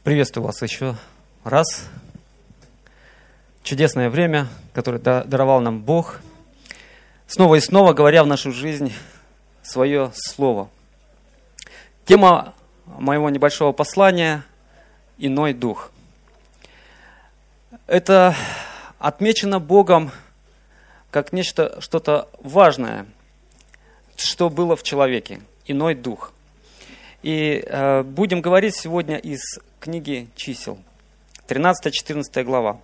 Приветствую вас еще раз. Чудесное время, которое даровал нам Бог, снова и снова говоря в нашу жизнь свое слово. Тема моего небольшого послания – иной дух. Это отмечено Богом как нечто, что-то важное, что было в человеке, иной дух. И будем говорить сегодня из книги «Чисел», 13-14 глава.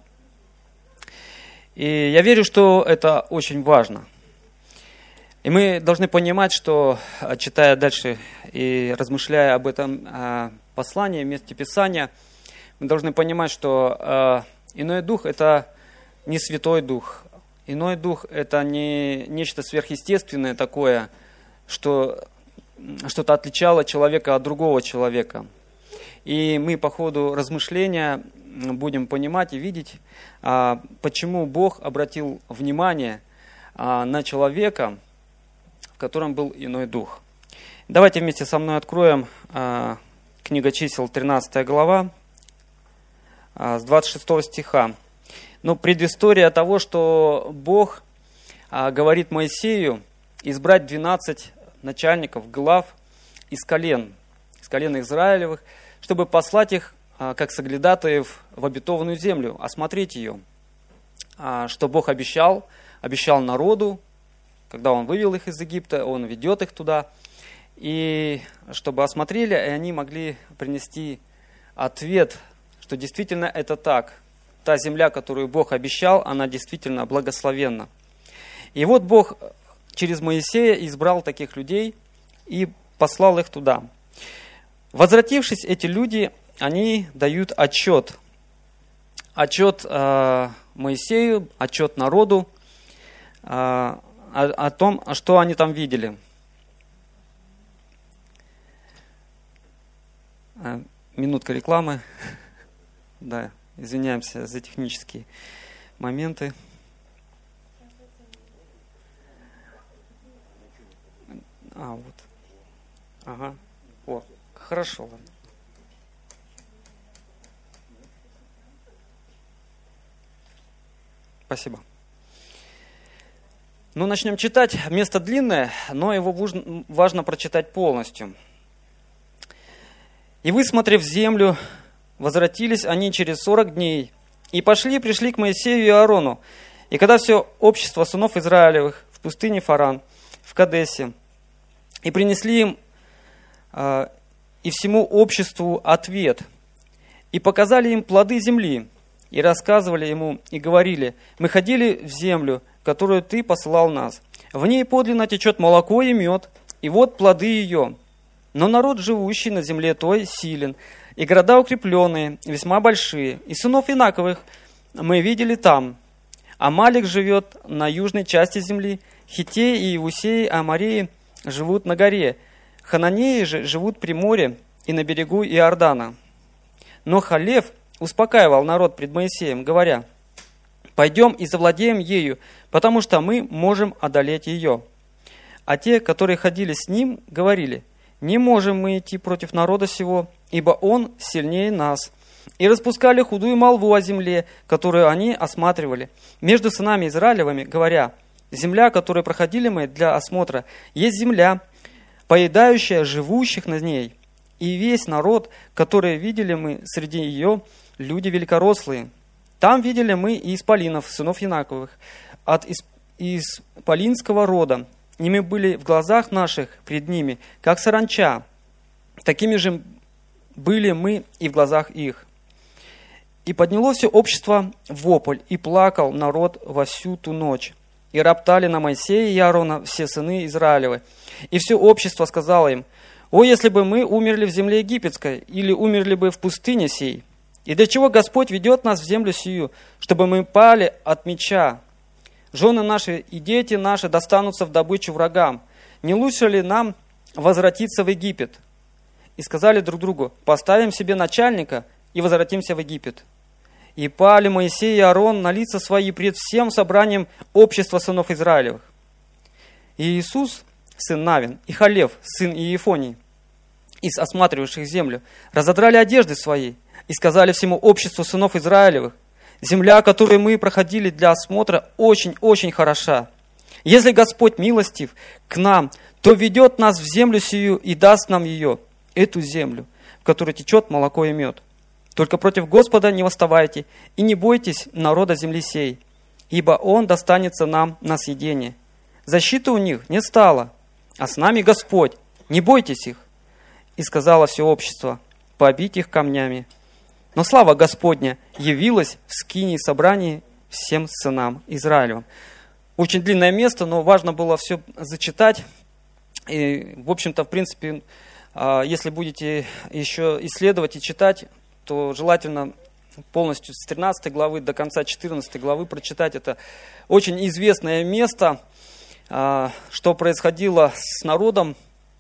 И я верю, что это очень важно. И мы должны понимать, что, читая дальше и размышляя об этом послании, месте Писания, мы должны понимать, что иной дух – это не Святой Дух. Иной дух – это не нечто сверхъестественное такое, что что-то отличало человека от другого человека. И мы по ходу размышления будем понимать и видеть, почему Бог обратил внимание на человека, в котором был иной дух. Давайте вместе со мной откроем книга Чисел, 13 глава, с 26 стиха. Но предыстория того, что Бог говорит Моисею избрать 12 начальников, глав из колен Израилевых, чтобы послать их, как соглядатаев, в обетованную землю, осмотреть ее. Что Бог обещал народу, когда Он вывел их из Египта, Он ведет их туда, и чтобы осмотрели, и они могли принести ответ, что действительно это так. Та земля, которую Бог обещал, она действительно благословенна. И вот Бог через Моисея избрал таких людей и послал их туда. Возвратившись, эти люди, они дают отчет Моисею, отчет народу о том, что они там видели. Минутка рекламы. Да, извиняемся за технические моменты. Вот. Ага. О, хорошо, ладно. Спасибо. Ну, начнем читать. Место длинное, но его важно прочитать полностью. «И, высмотрев землю, возвратились они через 40 дней, и пришли к Моисею и Аарону. И когда все общество сынов Израилевых в пустыне Фаран, в Кадесе, и принесли им и всему обществу ответ, и показали им плоды земли, и рассказывали ему, и говорили: мы ходили в землю, которую ты посылал нас. В ней подлинно течет молоко и мед, и вот плоды ее. Но народ, живущий на земле той, силен, и города укрепленные, весьма большие, и сынов Инаковых мы видели там. Амалик живет на южной части земли, Хиттеи и Иевусеи, Амореи живут на горе, Хананеи же живут при море и на берегу Иордана. Но Халев успокаивал народ пред Моисеем, говоря: пойдем и завладеем ею, потому что мы можем одолеть ее. А те, которые ходили с ним, говорили: не можем мы идти против народа сего, ибо он сильнее нас. И распускали худую молву о земле, которую они осматривали, между сынами Израилевыми, говоря: земля, которую проходили мы для осмотра, есть земля, поедающая живущих на ней. И весь народ, который видели мы среди ее, люди великорослые. Там видели мы и исполинов, сынов Янаковых, от исполинского рода. И мы были в глазах наших пред ними, как саранча. Такими же были мы и в глазах их. И подняло все общество в вопль, и плакал народ во всю ту ночь. И роптали на Моисея и Аарона все сыны Израилевы. И все общество сказало им: о, если бы мы умерли в земле египетской, или умерли бы в пустыне сей! И для чего Господь ведет нас в землю сию, чтобы мы пали от меча? Жены наши и дети наши достанутся в добычу врагам. Не лучше ли нам возвратиться в Египет? И сказали друг другу: поставим себе начальника и возвратимся в Египет. И пали Моисей и Аарон на лица свои пред всем собранием общества сынов Израилевых. И Иисус, сын Навин, и Халев, сын Иефоний, из осматривавших землю, разодрали одежды свои и сказали всему обществу сынов Израилевых: земля, которую мы проходили для осмотра, очень-очень хороша. Если Господь милостив к нам, то ведет нас в землю сию и даст нам ее, эту землю, в которой течет молоко и мед. Только против Господа не восставайте и не бойтесь народа земли сей, ибо Он достанется нам на съедение. Защиты у них не стало, а с нами Господь, не бойтесь их. И сказала все общество: побить их камнями. Но слава Господня явилась в скинии собрании всем сынам Израилевым. Очень длинное место, но важно было все зачитать. И, в общем-то, в принципе, если будете еще исследовать и читать, то желательно полностью с 13 главы до конца 14 главы прочитать. Это очень известное место, что происходило с народом.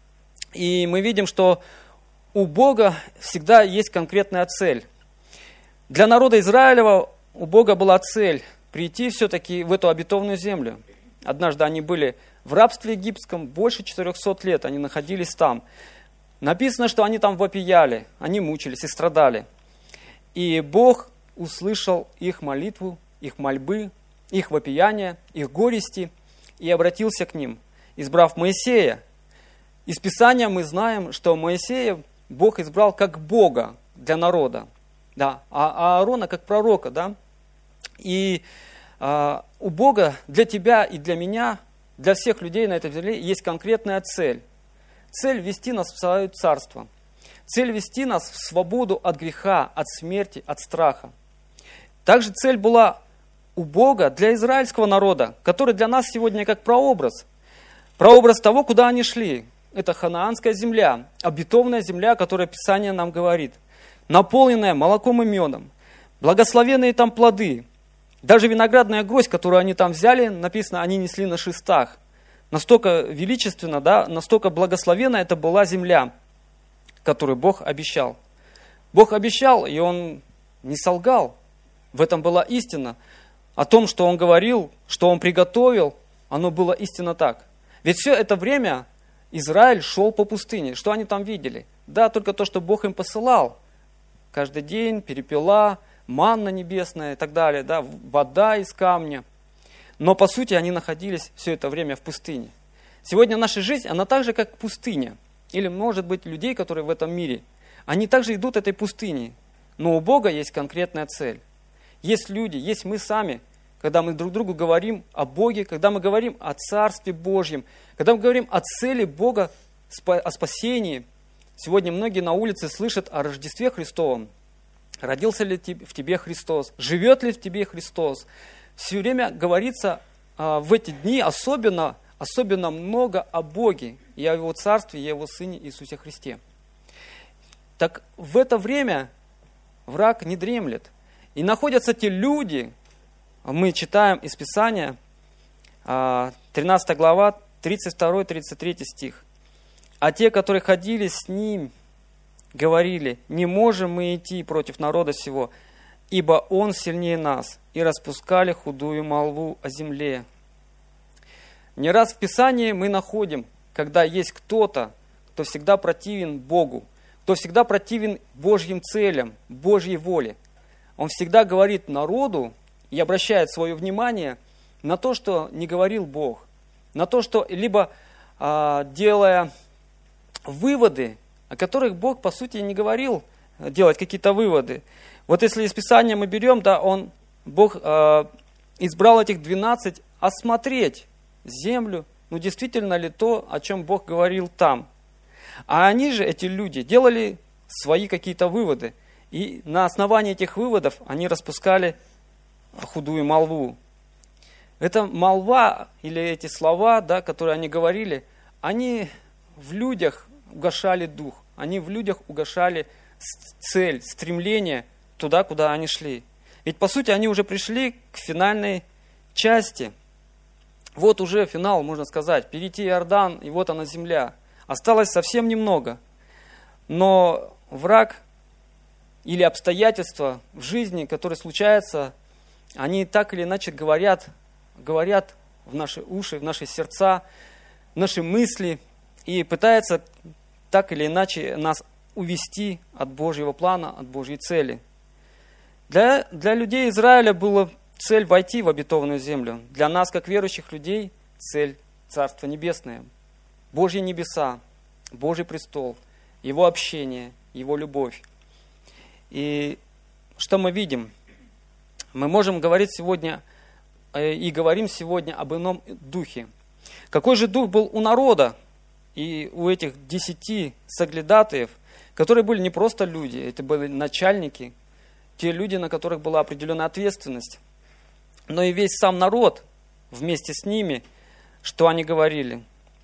И мы видим, что у Бога всегда есть конкретная цель. Для народа Израилева у Бога была цель прийти все-таки в эту обетованную землю. Однажды они были в рабстве египетском, больше 400 лет они находились там. Написано, что они там вопияли, они мучились и страдали. И Бог услышал их молитву, их мольбы, их вопияние, их горести и обратился к ним, избрав Моисея. Из Писания мы знаем, что Моисея Бог избрал как Бога для народа, да, а Аарона как пророка. Да? И у Бога для тебя и для меня, для всех людей на этой земле есть конкретная цель. Цель вести нас в свое царство. Цель вести нас в свободу от греха, от смерти, от страха. Также цель была у Бога для израильского народа, который для нас сегодня как прообраз. Прообраз того, куда они шли. Это ханаанская земля, обетованная земля, о которой Писание нам говорит. Наполненная молоком и медом. Благословенные там плоды. Даже виноградная гроздь, которую они там взяли, написано, они несли на шестах. Настолько величественно, да, настолько благословенна это была земля, которую Бог обещал. Бог обещал, и Он не солгал. В этом была истина. О том, что Он говорил, что Он приготовил, оно было истинно так. Ведь все это время Израиль шел по пустыне. Что они там видели? Да, только то, что Бог им посылал. Каждый день перепела, манна небесная и так далее, да, вода из камня. Но по сути они находились все это время в пустыне. Сегодня наша жизнь, она так же, как пустыня. Или, может быть, людей, которые в этом мире. Они также идут этой пустыней. Но у Бога есть конкретная цель. Есть люди, есть мы сами, когда мы друг другу говорим о Боге, когда мы говорим о Царстве Божьем, когда мы говорим о цели Бога, о спасении. Сегодня многие на улице слышат о Рождестве Христовом. Родился ли в тебе Христос? Живет ли в тебе Христос? Все время говорится в эти дни особенно много о Боге, и о Его Царстве, и о Его Сыне Иисусе Христе. Так в это время враг не дремлет. И находятся те люди, мы читаем из Писания, 13 глава, 32-33 стих. А те, которые ходили с ним, говорили: не можем мы идти против народа сего, ибо он сильнее нас, и распускали худую молву о земле. Не раз в Писании мы находим, когда есть кто-то, кто всегда противен Богу, кто всегда противен Божьим целям, Божьей воле. Он всегда говорит народу и обращает свое внимание на то, что не говорил Бог, на то, что либо делая выводы, о которых Бог, по сути, не говорил делать какие-то выводы. Вот если из Писания мы берем, да, Бог избрал этих 12 осмотреть землю, действительно ли то, о чем Бог говорил там. А они же, эти люди, делали свои какие-то выводы. И на основании этих выводов они распускали худую молву. Эта молва или эти слова, да, которые они говорили, они в людях угашали дух. Они в людях угашали цель, стремление туда, куда они шли. Ведь, по сути, они уже пришли к финальной части. Вот уже финал, можно сказать. Перейти Иордан, и вот она земля. Осталось совсем немного. Но враг или обстоятельства в жизни, которые случаются, они так или иначе говорят в наши уши, в наши сердца, в наши мысли и пытаются так или иначе нас увести от Божьего плана, от Божьей цели. Для людей Израиля была цель войти в обетованную землю. Для нас, как верующих людей, цель Царство Небесное. Божьи небеса, Божий престол, Его общение, Его любовь. И что мы видим? Мы можем говорить сегодня и говорим сегодня об ином духе. Какой же дух был у народа и у этих 10 соглядатаев, которые были не просто люди, это были начальники, те люди, на которых была определенная ответственность, но и весь сам народ вместе с ними, что они говорили.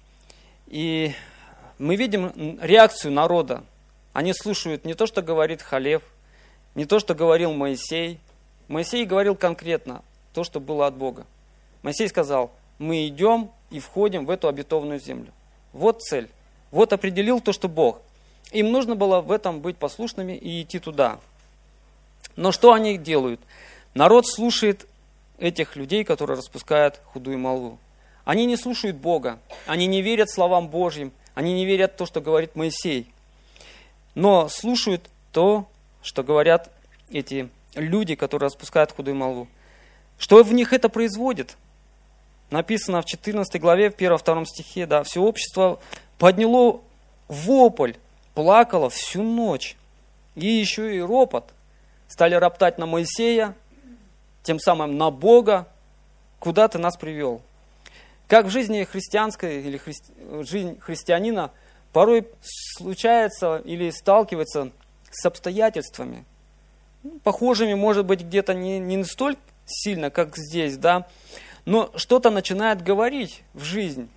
И мы видим реакцию народа. Они слушают не то, что говорит Халев, не то, что говорил Моисей. Моисей говорил конкретно то, что было от Бога. Моисей сказал: мы идем и входим в эту обетованную землю. Вот цель. Вот определил то, что Бог. Им нужно было в этом быть послушными и идти туда. Но что они делают? Народ слушает этих людей, которые распускают худую молву. Они не слушают Бога, они не верят словам Божьим, они не верят в то, что говорит Моисей. Но слушают то, что говорят эти люди, которые распускают худую молву. Что в них это производит? Написано в 14 главе, в 1-2 стихе, да, все общество подняло вопль, плакало всю ночь. И еще и ропот. Стали роптать на Моисея, тем самым на Бога. Куда ты нас привел? Как в жизни христианской или жизнь христианина порой случается или сталкивается с обстоятельствами, похожими, может быть, где-то не столь сильно, как здесь, да, но что-то начинает говорить в жизнь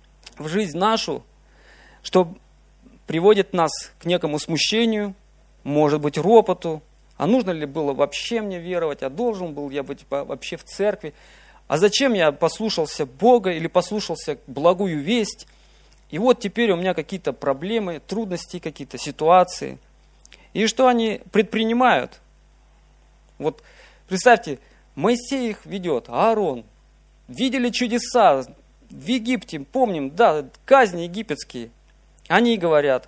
нашу, что приводит нас к некому смущению, может быть, ропоту. А нужно ли было вообще мне веровать? А должен был я быть вообще в церкви? А зачем я послушался Бога или послушался благую весть? И вот теперь у меня какие-то проблемы, трудности, какие-то ситуации. И что они предпринимают? Вот представьте, Моисей их ведет, Аарон. Видели чудеса в Египте, помним, да, казни египетские. Они говорят,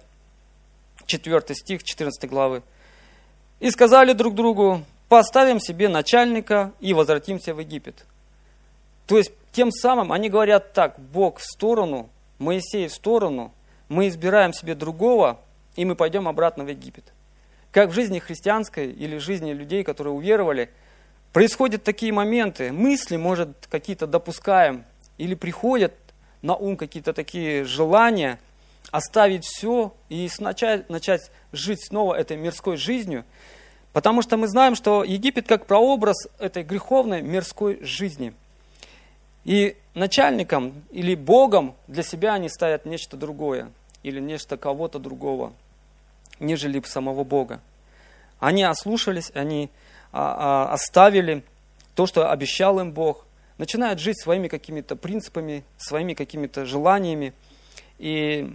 4 стих 14 главы. И сказали друг другу: поставим себе начальника и возвратимся в Египет. То есть, тем самым они говорят так: Бог в сторону, Моисей в сторону, мы избираем себе другого, и мы пойдем обратно в Египет. Как в жизни христианской или в жизни людей, которые уверовали, происходят такие моменты, мысли, может, какие-то допускаем, или приходят на ум какие-то такие желания оставить все и начать жить снова этой мирской жизнью, потому что мы знаем, что Египет как прообраз этой греховной мирской жизни. И начальником или Богом для себя они ставят нечто другое, или нечто кого-то другого, нежели самого Бога. Они ослушались, они оставили то, что обещал им Бог, начинают жить своими какими-то принципами, своими какими-то желаниями и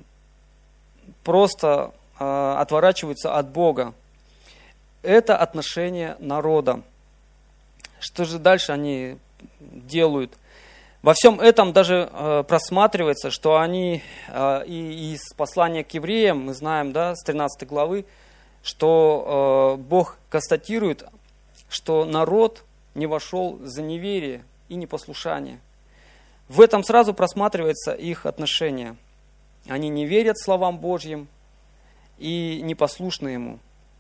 просто отворачиваются от Бога. Это отношение народа. Что же дальше они делают? Во всем этом даже просматривается, что они, и из послания к евреям, мы знаем, да, с 13 главы, что Бог констатирует, что народ не вошел за неверие и непослушание. В этом сразу просматривается их отношение. Они не верят словам Божьим и непослушны Ему.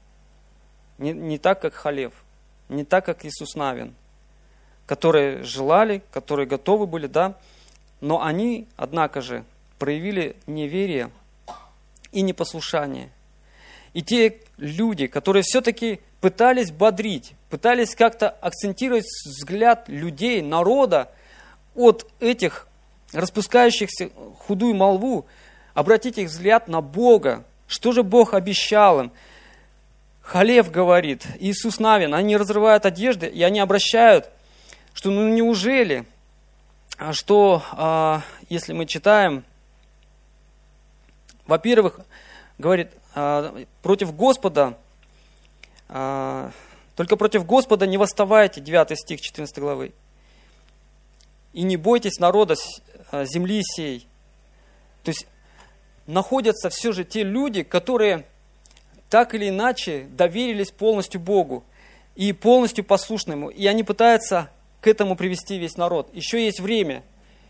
Не так, как Халев, не так, как Иисус Навин, которые желали, которые готовы были, да, но они, однако же, проявили неверие и непослушание. И те люди, которые все-таки пытались бодрить, пытались как-то акцентировать взгляд людей, народа от этих распускающихся худую молву, обратить их взгляд на Бога. Что же Бог обещал им? Халев говорит, Иисус Навин, они разрывают одежды, и они обращают, что неужели, что если мы читаем, во-первых, говорит, против Господа, только против Господа не восставайте, 9 стих 14 главы. И не бойтесь народа земли сей. То есть находятся все же те люди, которые так или иначе доверились полностью Богу и полностью послушны Ему. И они пытаются к этому привести весь народ. Еще есть время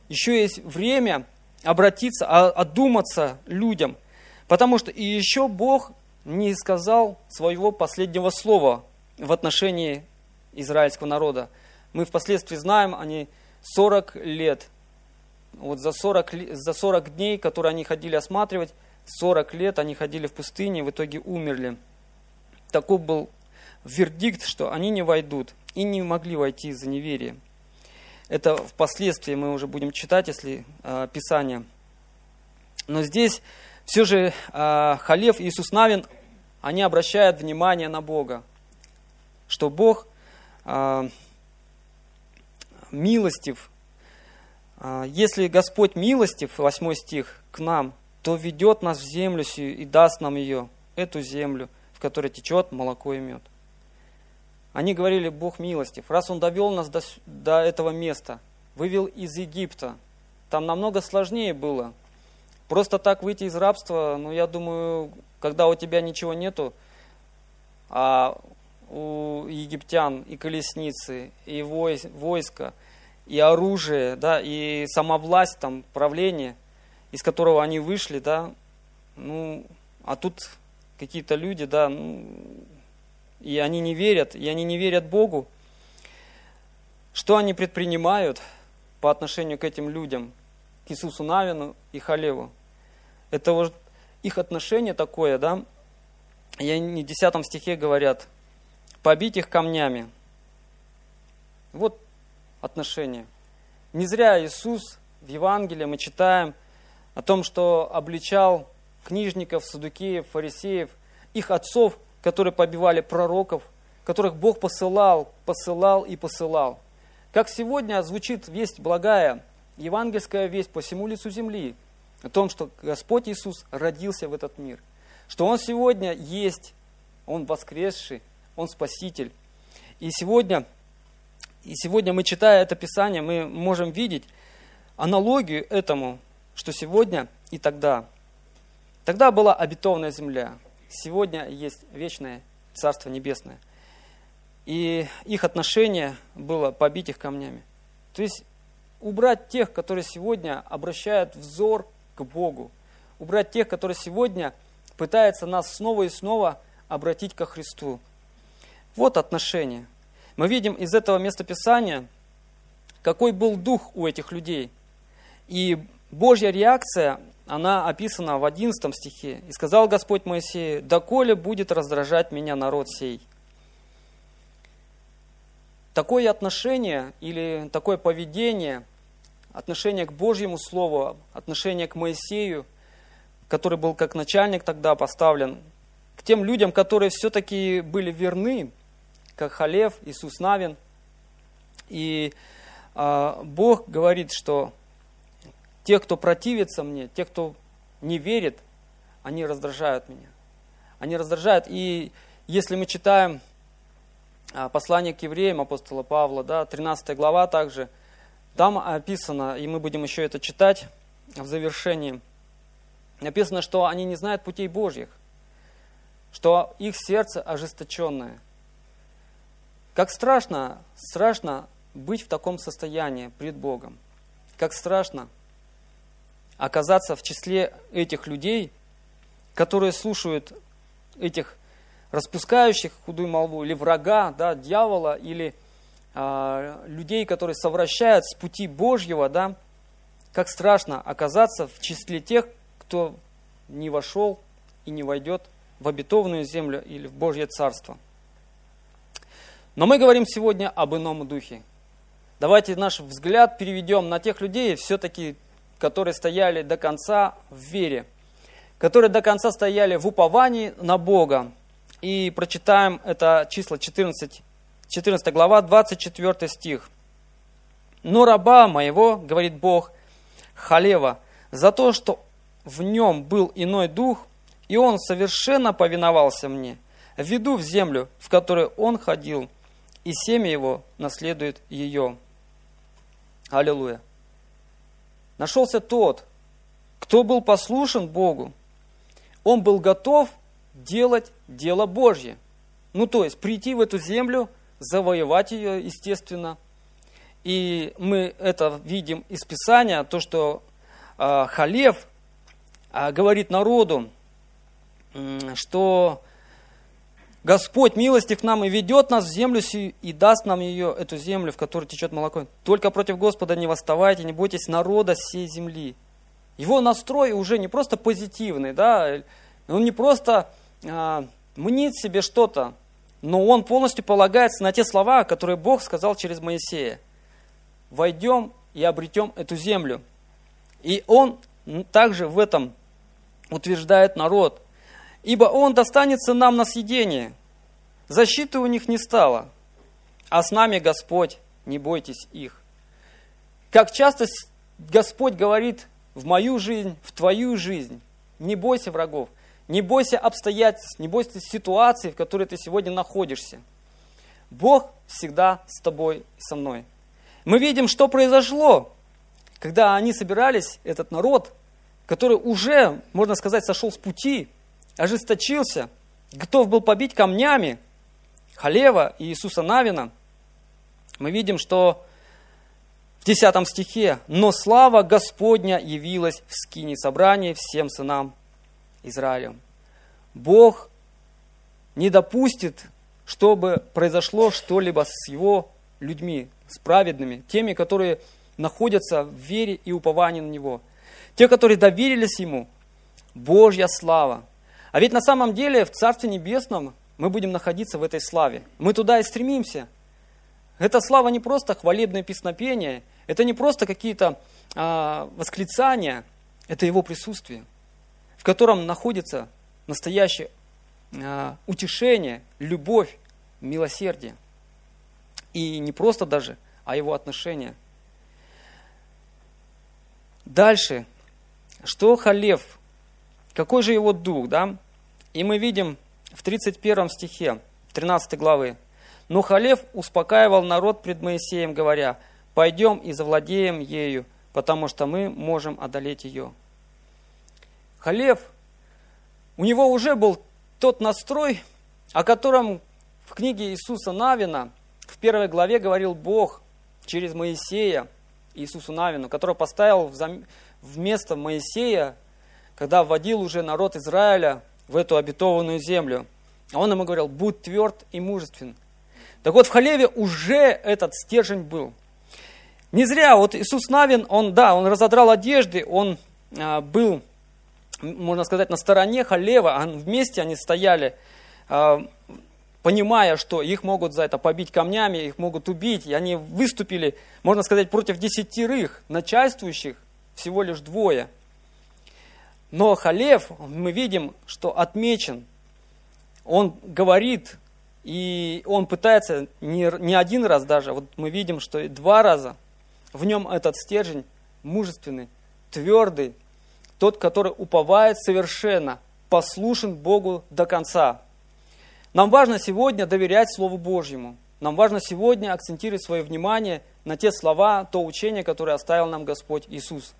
обратиться, одуматься людям. Потому что и еще Бог не сказал своего последнего слова в отношении израильского народа. Мы впоследствии знаем, они 40 лет, вот за 40 дней, которые они ходили осматривать, 40 лет они ходили в пустыне, в итоге умерли. Таков был вердикт, что они не войдут и не могли войти из-за неверия. Это впоследствии мы уже будем читать, если Писание. Но здесь все же Халев и Иисус Навин, они обращают внимание на Бога, что Бог милостив. Если Господь милостив, 8 стих, к нам, то ведет нас в землю сию и даст нам ее, эту землю, в которой течет молоко и мед. Они говорили, Бог милостив. Раз Он довел нас до этого места, вывел из Египта, там намного сложнее было. Просто так выйти из рабства, я думаю, когда у тебя ничего нету, а у египтян и колесницы, и войско, и оружие, да, и сама власть, там, правление, из которого они вышли, да, а тут какие-то люди, да, и они не верят Богу. Что они предпринимают по отношению к этим людям, к Иисусу Навину и Халеву? Это вот их отношение такое, да, и они в 10 стихе говорят, побить их камнями. Вот отношение. Не зря Иисус в Евангелии мы читаем о том, что обличал книжников, саддукеев, фарисеев, их отцов, которые побивали пророков, которых Бог посылал. Как сегодня звучит весть благая, евангельская весть по всему лицу земли, о том, что Господь Иисус родился в этот мир, что Он сегодня есть, Он воскресший, Он Спаситель. И сегодня мы, читая это Писание, мы можем видеть аналогию этому, что сегодня и тогда. Тогда была обетованная земля, сегодня есть вечное Царство Небесное. И их отношение было побить их камнями. То есть убрать тех, которые сегодня обращают взор к Богу. Убрать тех, которые сегодня пытаются нас снова и снова обратить ко Христу. Вот отношение. Мы видим из этого местописания, какой был дух у этих людей. И Божья реакция, она описана в 11 стихе. «И сказал Господь Моисею, доколе будет раздражать меня народ сей». Такое отношение или такое поведение, отношение к Божьему Слову, отношение к Моисею, который был как начальник тогда поставлен, к тем людям, которые все-таки были верны, как Халев, Иисус Навин. И Бог говорит, что те, кто противится мне, те, кто не верит, они раздражают меня. Они раздражают. И если мы читаем послание к евреям апостола Павла, да, 13 глава также, там описано, и мы будем еще это читать в завершении, написано, что они не знают путей Божьих, что их сердце ожесточенное. Как страшно быть в таком состоянии пред Богом. Как страшно оказаться в числе этих людей, которые слушают этих распускающих худую молву, или врага, да, дьявола, или людей, которые совращают с пути Божьего, да. Как страшно оказаться в числе тех, кто не вошел и не войдет в обетованную землю или в Божье Царство. Но мы говорим сегодня об ином духе. Давайте наш взгляд переведем на тех людей, все-таки, которые стояли до конца в вере, которые до конца стояли в уповании на Бога. И прочитаем это числа 14 глава, 24 стих. «Но раба моего, говорит Бог, Халева, за то, что в нем был иной дух, и он совершенно повиновался мне, введу в землю, в которой он ходил, и семя его наследует ее». Аллилуйя. Нашелся тот, кто был послушен Богу. Он был готов делать дело Божье. Ну, то есть прийти в эту землю, завоевать ее, естественно. И мы это видим из Писания, то, что Халев говорит народу, что Господь милостив нам и ведет нас в землю сию, и даст нам ее, эту землю, в которой течет молоко. Только против Господа не восставайте, не бойтесь народа сей земли. Его настрой уже не просто позитивный, да, он не просто мнит себе что-то, но он полностью полагается на те слова, которые Бог сказал через Моисея. Войдем и обретем эту землю. И он также в этом утверждает народ. Ибо он достанется нам на съедение. Защиты у них не стало. А с нами Господь, не бойтесь их. Как часто Господь говорит в мою жизнь, в твою жизнь. Не бойся врагов, не бойся обстоятельств, не бойся ситуации, в которой ты сегодня находишься. Бог всегда с тобой и со мной. Мы видим, что произошло, когда они собирались, этот народ, который уже, можно сказать, сошел с пути, ожесточился, готов был побить камнями Халева и Иисуса Навина. Мы видим, что в 10 стихе: «Но слава Господня явилась в скинии собрания всем сынам Израиля». Бог не допустит, чтобы произошло что-либо с его людьми, с праведными, теми, которые находятся в вере и уповании на Него. Те, которые доверились Ему, Божья слава. А ведь на самом деле в Царстве Небесном мы будем находиться в этой славе. Мы туда и стремимся. Эта слава не просто хвалебное песнопение, это не просто какие-то восклицания, это Его присутствие, в котором находится настоящее утешение, любовь, милосердие. И не просто даже, а Его отношение. Дальше, что Халев, какой же его дух, да? И мы видим в 31 стихе 13 главы: «Но Халев успокаивал народ пред Моисеем, говоря: пойдем и завладеем ею, потому что мы можем одолеть ее». Халев, у него уже был тот настрой, о котором в книге Иисуса Навина в 1 главе говорил Бог через Моисея Иисусу Навину, который поставил вместо Моисея, когда вводил уже народ Израиля в эту обетованную землю. А он ему говорил: будь тверд и мужествен. Так вот, в Халеве уже этот стержень был. Не зря вот Иисус Навин, он разодрал одежды, он был, можно сказать, на стороне Халева, вместе они стояли, понимая, что их могут за это побить камнями, их могут убить, и они выступили, можно сказать, против 10, начальствующих всего лишь 2. Но Халев, мы видим, что отмечен, он говорит, и он пытается не один раз даже, вот мы видим, что 2 раза в нем этот стержень мужественный, твердый, тот, который уповает совершенно, послушен Богу до конца. Нам важно сегодня доверять Слову Божьему. Нам важно сегодня акцентировать свое внимание на те слова, то учение, которое оставил нам Господь Иисус.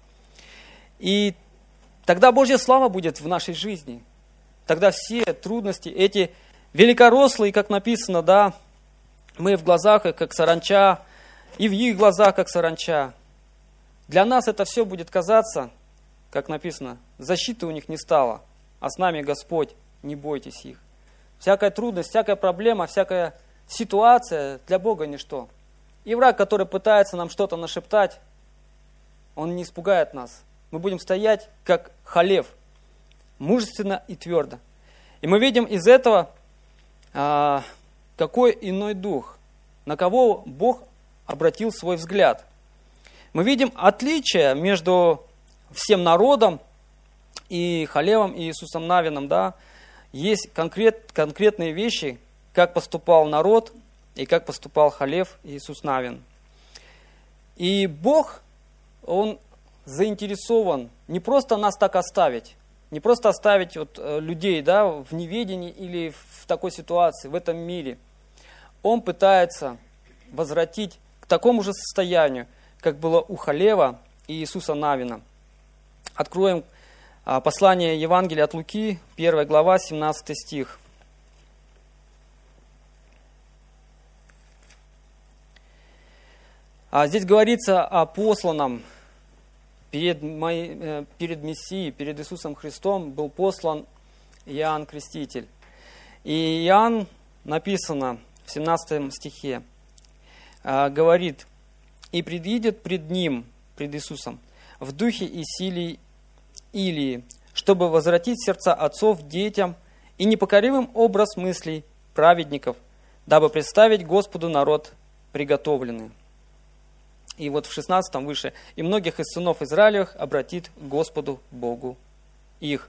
И тогда Божья слава будет в нашей жизни. Тогда все трудности, эти великорослые, как написано, да, мы в глазах их, как саранча, и в их глазах, как саранча. Для нас это все будет казаться, как написано, защиты у них не стало, а с нами Господь, не бойтесь их. Всякая трудность, всякая проблема, всякая ситуация для Бога ничто. И враг, который пытается нам что-то нашептать, он не испугает нас. Мы будем стоять, как Халев, мужественно и твердо. И мы видим из этого, какой иной дух, на кого Бог обратил свой взгляд. Мы видим отличие между всем народом и Халевом, и Иисусом Навином, да. Есть конкретные вещи, как поступал народ и как поступал Халев и Иисус Навин. И Бог, Он заинтересован не просто нас так оставить, не просто оставить вот людей, да, в неведении или в такой ситуации, в этом мире. Он пытается возвратить к такому же состоянию, как было у Халева и Иисуса Навина. Откроем Послание Евангелия от Луки, 1 глава, 17 стих. Здесь говорится о посланном перед Мессией, перед Иисусом Христом был послан Иоанн Креститель. И Иоанн, написано в 17 стихе, говорит: «И предидет пред Ним, пред Иисусом, в духе и силе Илии, чтобы возвратить сердца отцов детям и непокоривым образ мыслей праведников, дабы представить Господу народ приготовленный». И вот в 16 выше: «И многих из сынов Израилевых обратит к Господу Богу их».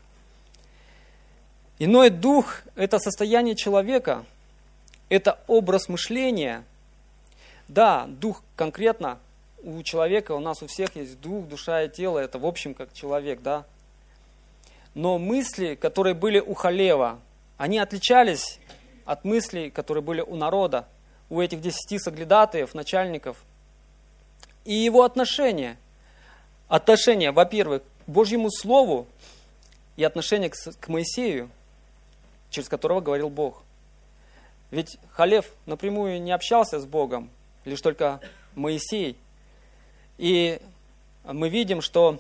Иной дух – это состояние человека, это образ мышления. Да, дух конкретно у человека, у нас у всех есть дух, душа и тело, это в общем как человек, да. Но мысли, которые были у Халева, они отличались от мыслей, которые были у народа, у этих 10 соглядатаев, начальников. И его отношение, во-первых, к Божьему Слову и отношение к Моисею, через которого говорил Бог. Ведь Халев напрямую не общался с Богом, лишь только Моисей. И мы видим, что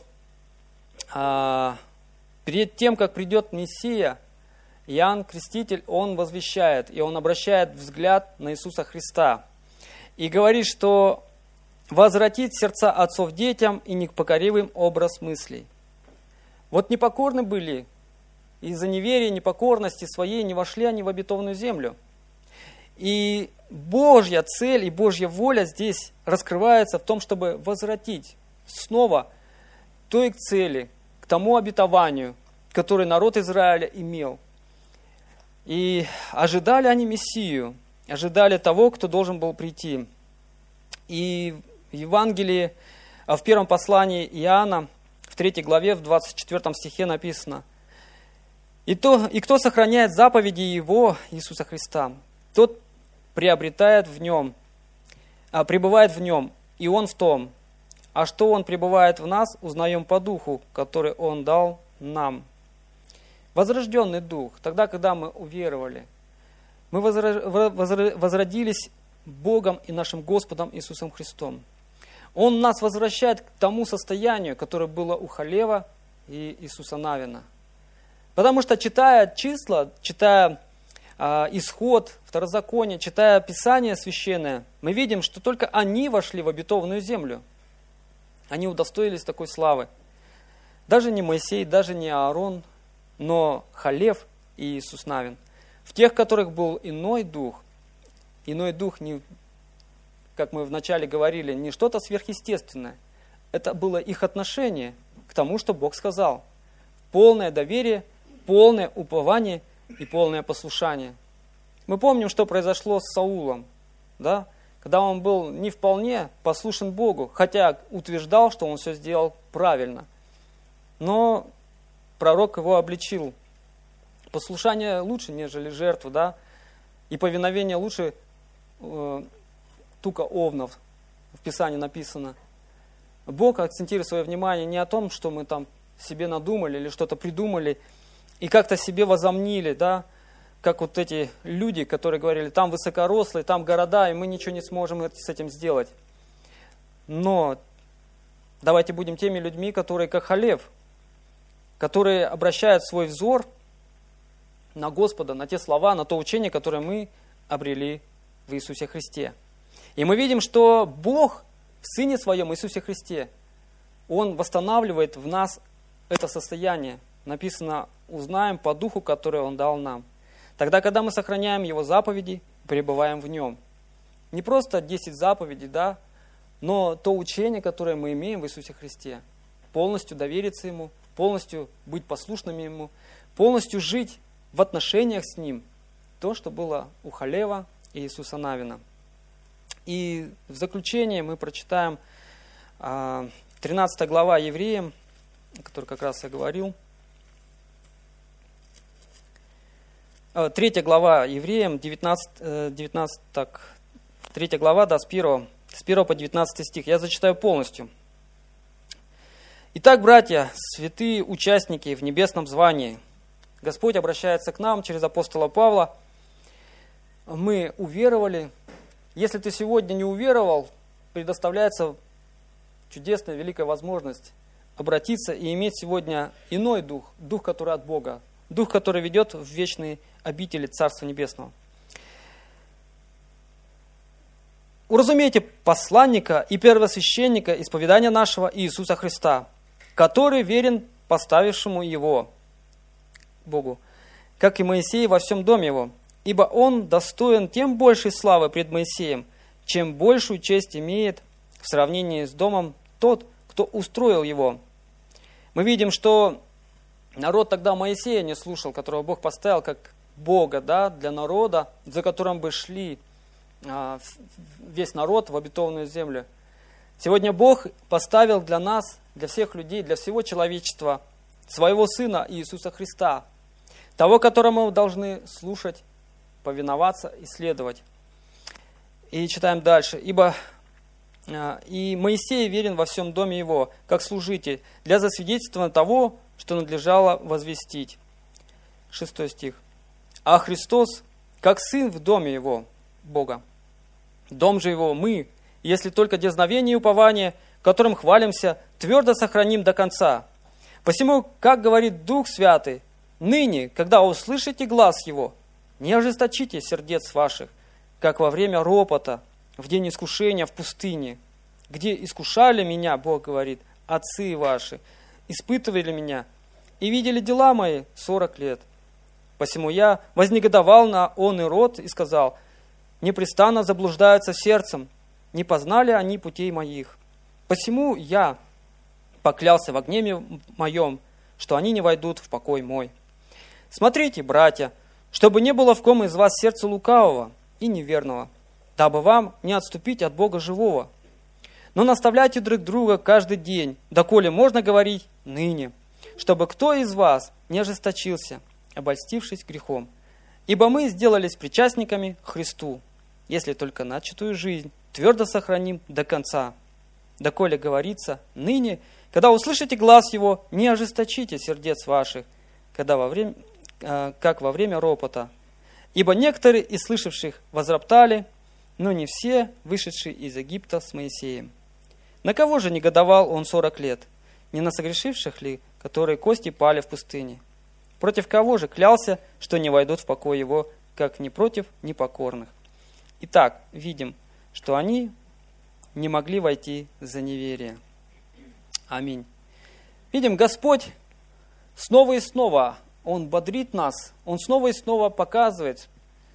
перед тем, как придет Мессия, Иоанн Креститель, он возвещает, и он обращает взгляд на Иисуса Христа. И говорит, что возвратит сердца отцов детям и непокоривым образ мыслей. Вот непокорны были, из-за неверия, непокорности своей не вошли они в обетованную землю. И Божья цель и Божья воля здесь раскрывается в том, чтобы возвратить снова той к цели, к тому обетованию, которое народ Израиля имел. И ожидали они Мессию, ожидали того, кто должен был прийти. И в Евангелии, в первом послании Иоанна, в 3 главе, в 24 стихе написано: «И кто сохраняет заповеди Его, Иисуса Христа, тот пребывает в Нем, и Он в том. А что Он пребывает в нас, узнаем по Духу, который Он дал нам». Возрожденный Дух, тогда, когда мы уверовали, мы возродились Богом и нашим Господом Иисусом Христом. Он нас возвращает к тому состоянию, которое было у Халева и Иисуса Навина. Потому что, читая числа, читая Исход, Второзаконие, читая Писание Священное, мы видим, что только они вошли в обетованную землю. Они удостоились такой славы. Даже не Моисей, даже не Аарон, но Халев и Иисус Навин. В тех, которых был иной дух не, как мы вначале говорили, не что-то сверхъестественное. Это было их отношение к тому, что Бог сказал. Полное доверие, полное упование и полное послушание. Мы помним, что произошло с Саулом, да? Когда он был не вполне послушен Богу, хотя утверждал, что он все сделал правильно. Но пророк его обличил. Послушание лучше, нежели жертва, да? И повиновение лучше тука овнов. В Писании написано. Бог акцентирует свое внимание не о том, что мы там себе надумали или что-то придумали и как-то себе возомнили, да? Как вот эти люди, которые говорили, там высокорослые, там города, и мы ничего не сможем с этим сделать. Но давайте будем теми людьми, которые как Халев, которые обращают свой взор на Господа, на те слова, на то учение, которое мы обрели в Иисусе Христе. И мы видим, что Бог в Сыне Своем, Иисусе Христе, Он восстанавливает в нас это состояние. Написано, узнаем по Духу, который Он дал нам. Тогда, когда мы сохраняем Его заповеди, пребываем в Нем. Не просто 10 заповедей, да, но то учение, которое мы имеем в Иисусе Христе. Полностью довериться Ему, полностью быть послушными Ему, полностью жить в отношениях с Ним. То, что было у Халева и Иисуса Навина. И в заключение мы прочитаем 13 глава Евреям, о которой как раз я говорил. 3 глава Евреям, 3 глава, да, с 1 по 19 стих. Я зачитаю полностью. Итак, братья, святые участники в небесном звании, Господь обращается к нам через апостола Павла. Мы уверовали. Если ты сегодня не уверовал, предоставляется чудесная, великая возможность обратиться и иметь сегодня иной дух, дух, который от Бога, дух, который ведет в вечные обители Царства Небесного. Уразумейте посланника и первосвященника исповедания нашего Иисуса Христа, который верен поставившему его, Богу, как и Моисей во всем доме его, ибо он достоин тем большей славы пред Моисеем, чем большую честь имеет в сравнении с домом тот, кто устроил его. Мы видим, что народ тогда Моисея не слушал, которого Бог поставил как Бога, да, для народа, за которым бы шли весь народ в обетованную землю. Сегодня Бог поставил для нас, для всех людей, для всего человечества своего Сына Иисуса Христа, того, которому мы должны слушать, повиноваться и следовать. И читаем дальше. «Ибо и Моисей верен во всем доме его, как служитель, для засвидетельствования того, что надлежало возвестить». 6 стих. «А Христос, как Сын в доме его, Бога. Дом же его мы, если только дерзновение и упование, которым хвалимся, твердо сохраним до конца. Посему, как говорит Дух Святый, ныне, когда услышите глас его, не ожесточите сердец ваших, как во время ропота, в день искушения в пустыне, где искушали меня, Бог говорит, отцы ваши, испытывали меня и видели дела мои 40 лет. Посему я вознегодовал на он и род и сказал, непрестанно заблуждаются сердцем, не познали они путей моих. Посему я поклялся в гневе моем, что они не войдут в покой мой. Смотрите, братья, чтобы не было в ком из вас сердца лукавого и неверного, дабы вам не отступить от Бога живого. Но наставляйте друг друга каждый день, доколе можно говорить ныне, чтобы кто из вас не ожесточился, обольстившись грехом. Ибо мы сделались причастниками Христу, если только начатую жизнь твердо сохраним до конца. Доколе говорится ныне, когда услышите глас его, не ожесточите сердец ваших, как во время ропота. Ибо некоторые из слышавших возроптали, но не все, вышедшие из Египта с Моисеем. На кого же негодовал он 40 лет? Не на согрешивших ли, которые кости пали в пустыне? Против кого же клялся, что не войдут в покой его, как не против непокорных? Итак, видим, что они не могли войти за неверие. Аминь. Видим, Господь снова и снова, Он бодрит нас, Он снова и снова показывает,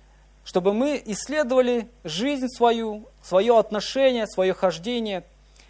чтобы мы исследовали жизнь свою, свое отношение, свое хождение.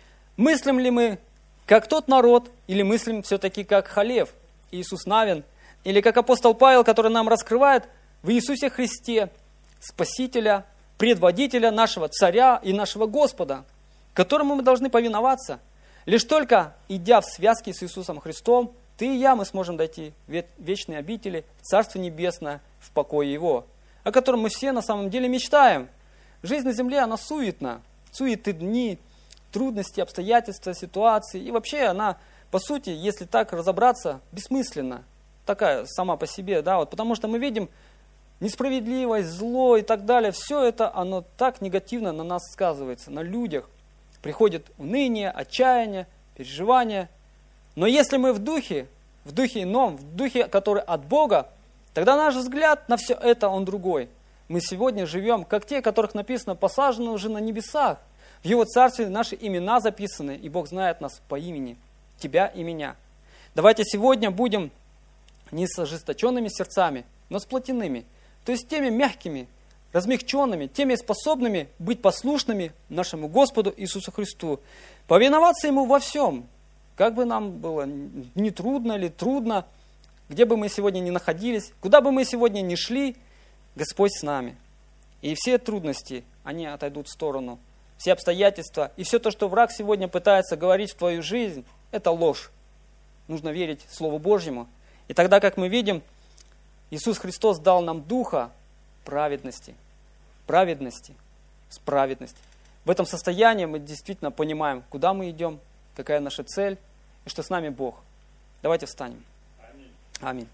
Мыслим ли мы, как тот народ, или мыслим все-таки, как Халев, Иисус Навин, или как апостол Павел, который нам раскрывает в Иисусе Христе, Спасителя, предводителя нашего Царя и нашего Господа, которому мы должны повиноваться. Лишь только, идя в связке с Иисусом Христом, ты и я, мы сможем дойти в вечные обители, в Царство Небесное, в покое Его, о котором мы все на самом деле мечтаем. Жизнь на земле, она суетна. Суеты дни, трудности, обстоятельства, ситуации. И вообще она, по сути, если так разобраться, бессмысленна. Такая сама по себе, да, вот, потому что мы видим несправедливость, зло и так далее. Все это, оно так негативно на нас сказывается, на людях. Приходит уныние, отчаяние, переживание. Но если мы в духе ином, в духе, который от Бога, тогда наш взгляд на все это, он другой. Мы сегодня живем, как те, которых написано, посажены уже на небесах. В Его Царстве наши имена записаны, и Бог знает нас по имени, тебя и меня. Давайте сегодня будем не с ожесточенными сердцами, но с плотяными, то есть теми мягкими, размягченными, теми способными быть послушными нашему Господу Иисусу Христу, повиноваться Ему во всем, как бы нам было не трудно или трудно, где бы мы сегодня ни находились, куда бы мы сегодня ни шли, Господь с нами. И все трудности, они отойдут в сторону, все обстоятельства, и все то, что враг сегодня пытается говорить в твою жизнь, это ложь. Нужно верить Слову Божьему. И тогда, как мы видим, Иисус Христос дал нам духа праведности. Праведности. С праведности. В этом состоянии мы действительно понимаем, куда мы идем, какая наша цель. и что с нами Бог. Давайте встанем. Аминь.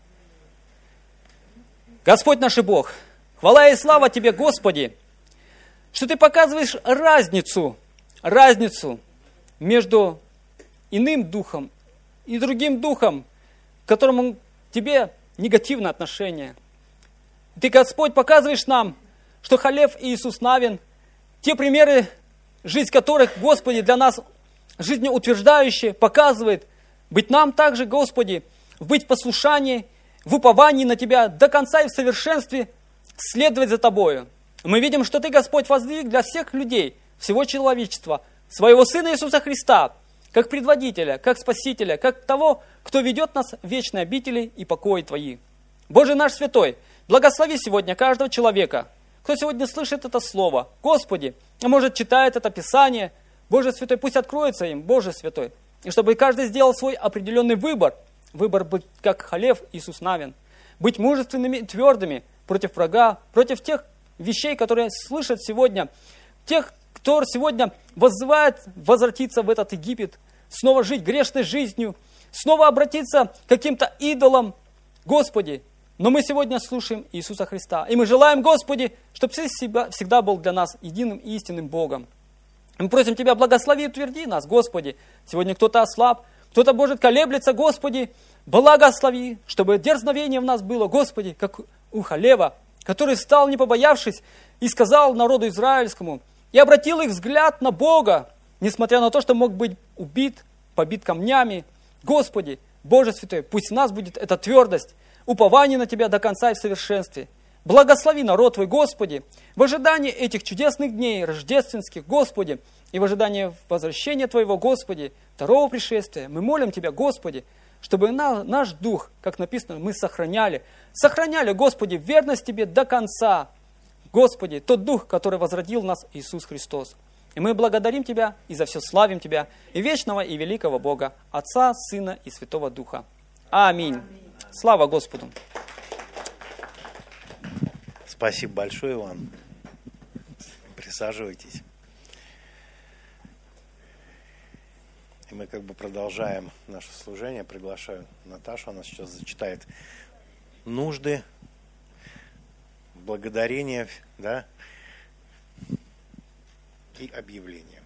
Господь наш и Бог, хвала и слава Тебе, Господи, что Ты показываешь разницу между иным духом и другим духом, к которому Тебе негативное отношение. Ты, Господь, показываешь нам, что Халев и Иисус Навин, те примеры, жизнь которых, Господи, для нас жизнеутверждающие, показывает быть нам также, Господи, быть в послушании, в уповании на Тебя до конца и в совершенстве следовать за Тобою. Мы видим, что Ты, Господь, воздвиг для всех людей, всего человечества, своего Сына Иисуса Христа, как предводителя, как Спасителя, как того, кто ведет нас в вечные обители и покои Твои. Боже наш святой, благослови сегодня каждого человека, кто сегодня слышит это слово. Господи, а может читает это Писание. Боже святой, пусть откроется им, Боже святой. И чтобы каждый сделал свой определенный выбор. Выбор быть как Халев Иисус Навин. Быть мужественными и твердыми против врага, против тех вещей, которые слышат сегодня. Тех, кто сегодня воззывает возвратиться в этот Египет, снова жить грешной жизнью, снова обратиться к каким-то идолам. Господи, но мы сегодня слушаем Иисуса Христа. И мы желаем, Господи, чтобы Ты всегда был для нас единым и истинным Богом. Мы просим Тебя, благослови и утверди нас, Господи. Сегодня кто-то ослаб, кто-то, может, колеблется, Господи. Благослови, чтобы дерзновение в нас было, Господи, как у Халева, который встал, не побоявшись, и сказал народу израильскому, и обратил их взгляд на Бога, несмотря на то, что мог быть убит, побит камнями. Господи, Боже святой, пусть у нас будет эта твердость, упование на Тебя до конца и в совершенстве. Благослови народ Твой, Господи, в ожидании этих чудесных дней, рождественских, Господи, и в ожидании возвращения Твоего, Господи, второго пришествия. Мы молим Тебя, Господи, чтобы наш дух, как написано, мы сохраняли, Господи, верность Тебе до конца. Господи, тот дух, который возродил нас Иисус Христос. И мы благодарим Тебя и за все славим Тебя, и вечного, и великого Бога, Отца, Сына и Святого Духа. Аминь. Слава Господу. Спасибо большое, Иван. Присаживайтесь. И мы как бы продолжаем наше служение. Приглашаю Наташу, она сейчас зачитает нужды, благодарения, да, и объявления.